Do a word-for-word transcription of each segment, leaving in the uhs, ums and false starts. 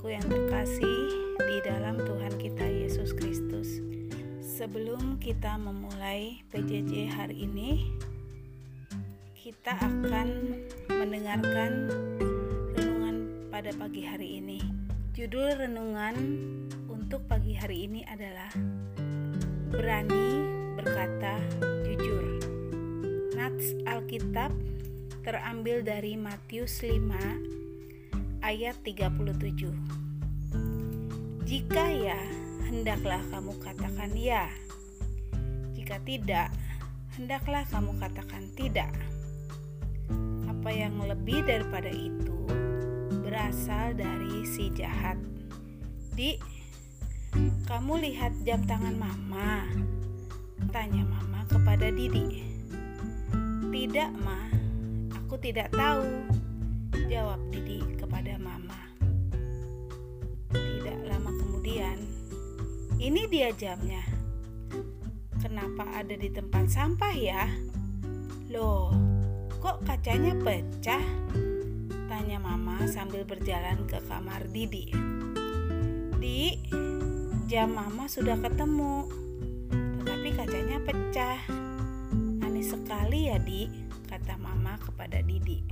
saudaraku yang terkasih di dalam Tuhan kita Yesus Kristus. Sebelum kita memulai P J J hari ini, kita akan mendengarkan renungan pada pagi hari ini. Judul renungan untuk pagi hari ini adalah Berani Berkata Jujur. Nats Alkitab terambil dari Matius lima ayat tiga puluh tujuh. Jika ya, hendaklah kamu katakan ya. Jika tidak, hendaklah kamu katakan tidak. Apa yang lebih daripada itu berasal dari si jahat. Di, kamu lihat jam tangan mama? Tanya mama kepada Didi. Tidak, ma, aku tidak tahu, jawab Didi kepada mama. Tidak lama kemudian, ini dia jamnya. Kenapa ada di tempat sampah ya? Loh, kok kacanya pecah? Tanya mama sambil berjalan ke kamar Didi. Di, jam mama sudah ketemu, tetapi kacanya pecah. Aneh sekali ya, Di, kata mama kepada Didi.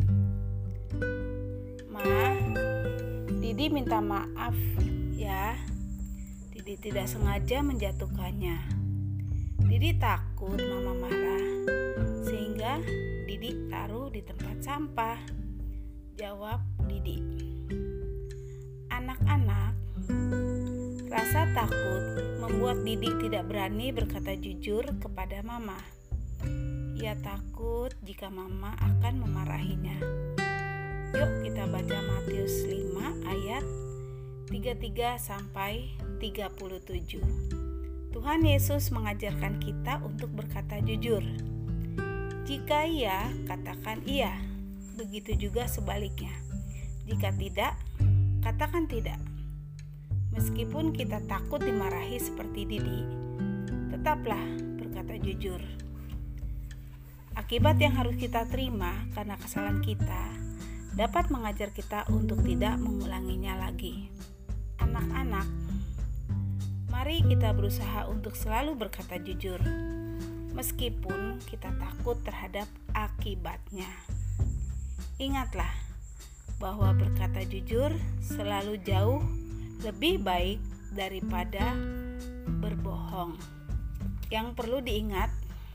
Ma, Didi minta maaf ya. Didi tidak sengaja menjatuhkannya. Didi takut mama marah, sehingga Didi taruh di tempat sampah, jawab Didi. Anak-anak, rasa takut membuat Didi tidak berani berkata jujur kepada mama. Ia takut jika mama akan memarahinya. Yuk kita baca Matius lima ayat tiga puluh tiga sampai tiga puluh tujuh. Tuhan Yesus mengajarkan kita untuk berkata jujur. Jika iya, katakan iya. Begitu juga sebaliknya. Jika tidak, katakan tidak. Meskipun kita takut dimarahi seperti Didi, tetaplah berkata jujur. Akibat yang harus kita terima karena kesalahan kita dapat mengajar kita untuk tidak mengulanginya lagi. Anak-anak, mari kita berusaha untuk selalu berkata jujur, meskipun kita takut terhadap akibatnya. Ingatlah bahwa berkata jujur selalu jauh lebih baik daripada berbohong. Yang perlu diingat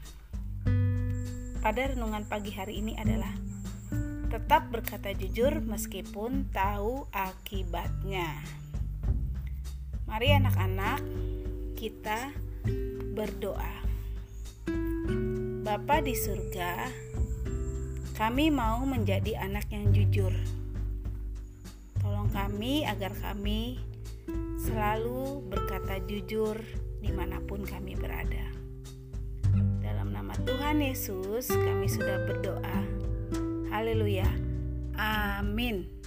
pada renungan pagi hari ini adalah tetap berkata jujur meskipun tahu akibatnya. Mari anak-anak, kita berdoa. Bapa di surga, kami mau menjadi anak yang jujur. Tolong kami agar kami selalu berkata jujur dimanapun kami berada. Dalam nama Tuhan Yesus kami sudah berdoa. Haleluya. Amin.